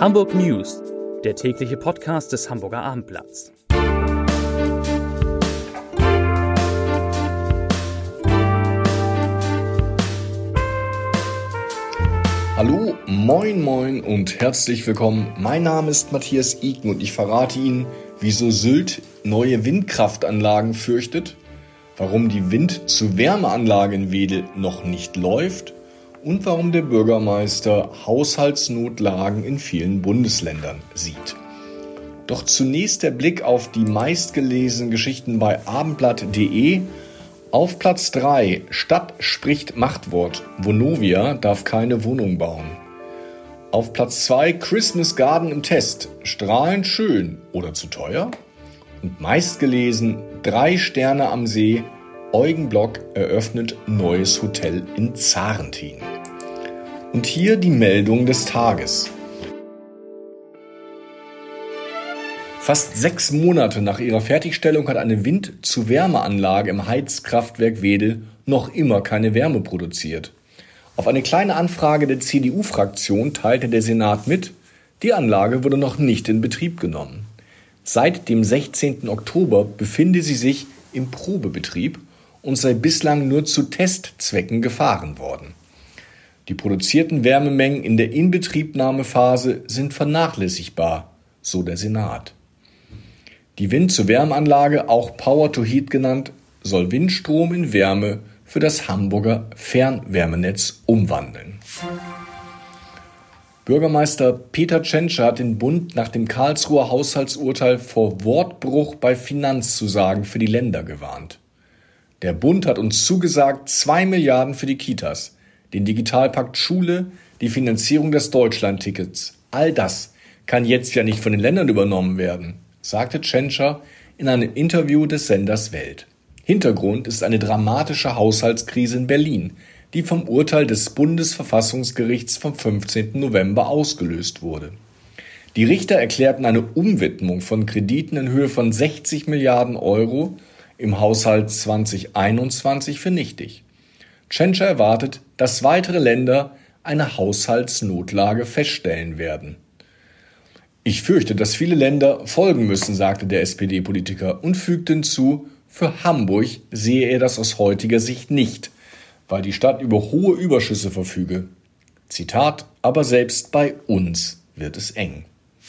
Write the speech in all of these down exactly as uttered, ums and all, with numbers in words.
Hamburg News, der tägliche Podcast des Hamburger Abendblatts. Hallo, moin moin und herzlich willkommen. Mein Name ist Matthias Iken und ich verrate Ihnen, wieso Sylt neue Windkraftanlagen fürchtet, warum die Wind-zu-Wärme-Anlage in Wedel noch nicht läuft und warum der Bürgermeister Haushaltsnotlagen in vielen Bundesländern sieht. Doch zunächst der Blick auf die meistgelesenen Geschichten bei abendblatt punkt de. Auf Platz drei, Stadt spricht Machtwort, Vonovia darf keine Wohnung bauen. Auf Platz zwei, Christmas Garden im Test, strahlend schön oder zu teuer? Und meistgelesen, drei Sterne am See, Eugen Block eröffnet neues Hotel in Zarentin. Und hier die Meldung des Tages. Fast sechs Monate nach ihrer Fertigstellung hat eine Wind-zu-Wärme-Anlage im Heizkraftwerk Wedel noch immer keine Wärme produziert. Auf eine kleine Anfrage der C D U-Fraktion teilte der Senat mit, die Anlage wurde noch nicht in Betrieb genommen. Seit dem sechzehnten Oktober befinde sie sich im Probebetrieb und sei bislang nur zu Testzwecken gefahren worden. Die produzierten Wärmemengen in der Inbetriebnahmephase sind vernachlässigbar, so der Senat. Die Wind-zu-Wärme-Anlage, auch Power-to-Heat genannt, soll Windstrom in Wärme für das Hamburger Fernwärmenetz umwandeln. Bürgermeister Peter Tschentscher hat den Bund nach dem Karlsruher Haushaltsurteil vor Wortbruch bei Finanzzusagen für die Länder gewarnt. Der Bund hat uns zugesagt, zwei Milliarden für die Kitas, den Digitalpakt Schule, die Finanzierung des Deutschlandtickets. All das kann jetzt ja nicht von den Ländern übernommen werden, sagte Tschentscher in einem Interview des Senders Welt. Hintergrund ist eine dramatische Haushaltskrise in Berlin, die vom Urteil des Bundesverfassungsgerichts vom fünfzehnten November ausgelöst wurde. Die Richter erklärten eine Umwidmung von Krediten in Höhe von sechzig Milliarden Euro im Haushalt zwanzig einundzwanzig für nichtig. Tschentscher erwartet, dass weitere Länder eine Haushaltsnotlage feststellen werden. Ich fürchte, dass viele Länder folgen müssen, sagte der S P D-Politiker und fügte hinzu, für Hamburg sehe er das aus heutiger Sicht nicht, weil die Stadt über hohe Überschüsse verfüge. Zitat, aber selbst bei uns wird es eng.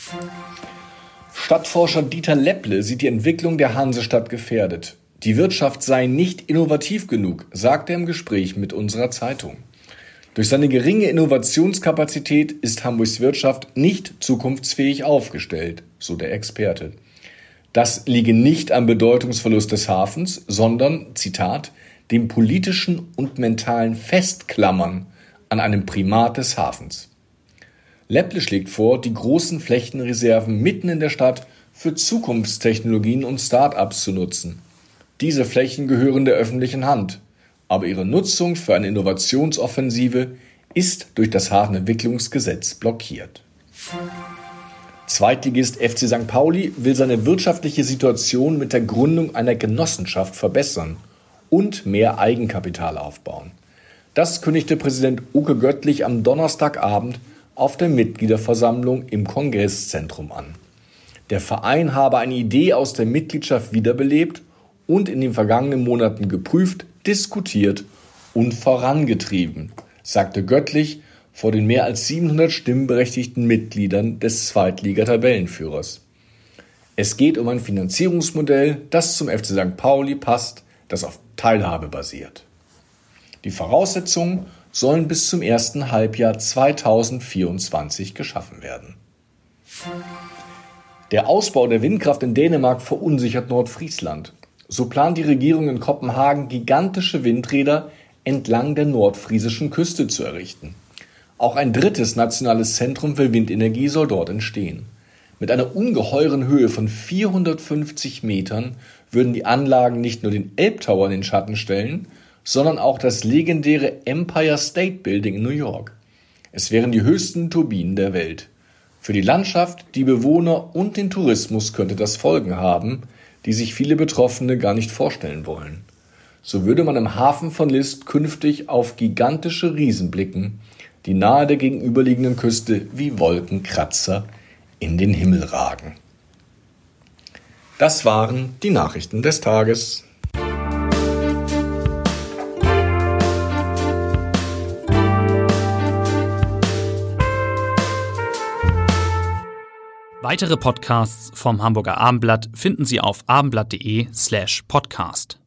Stadtforscher Dieter Lepple sieht die Entwicklung der Hansestadt gefährdet. Die Wirtschaft sei nicht innovativ genug, sagte er im Gespräch mit unserer Zeitung. Durch seine geringe Innovationskapazität ist Hamburgs Wirtschaft nicht zukunftsfähig aufgestellt, so der Experte. Das liege nicht am Bedeutungsverlust des Hafens, sondern, Zitat, dem politischen und mentalen Festklammern an einem Primat des Hafens. Lepple schlägt vor, die großen Flächenreserven mitten in der Stadt für Zukunftstechnologien und Start-ups zu nutzen. Diese Flächen gehören der öffentlichen Hand, aber ihre Nutzung für eine Innovationsoffensive ist durch das Hafenentwicklungsgesetz blockiert. Zweitligist F C Sankt Pauli will seine wirtschaftliche Situation mit der Gründung einer Genossenschaft verbessern und mehr Eigenkapital aufbauen. Das kündigte Präsident Uke Göttlich am Donnerstagabend auf der Mitgliederversammlung im Kongresszentrum an. Der Verein habe eine Idee aus der Mitgliedschaft wiederbelebt und in den vergangenen Monaten geprüft, diskutiert und vorangetrieben, sagte Göttlich vor den mehr als siebenhundert stimmberechtigten Mitgliedern des Zweitliga-Tabellenführers. Es geht um ein Finanzierungsmodell, das zum F C Sankt Pauli passt, das auf Teilhabe basiert. Die Voraussetzungen sollen bis zum ersten Halbjahr zweitausendvierundzwanzig geschaffen werden. Der Ausbau der Windkraft in Dänemark verunsichert Nordfriesland. So plant die Regierung in Kopenhagen, gigantische Windräder entlang der nordfriesischen Küste zu errichten. Auch ein drittes nationales Zentrum für Windenergie soll dort entstehen. Mit einer ungeheuren Höhe von vierhundertfünfzig Metern würden die Anlagen nicht nur den Elbtower in den Schatten stellen, sondern auch das legendäre Empire State Building in New York. Es wären die höchsten Turbinen der Welt. Für die Landschaft, die Bewohner und den Tourismus könnte das Folgen haben, die sich viele Betroffene gar nicht vorstellen wollen. So würde man im Hafen von List künftig auf gigantische Riesen blicken, die nahe der gegenüberliegenden Küste wie Wolkenkratzer in den Himmel ragen. Das waren die Nachrichten des Tages. Weitere Podcasts vom Hamburger Abendblatt finden Sie auf abendblatt punkt de slash podcast.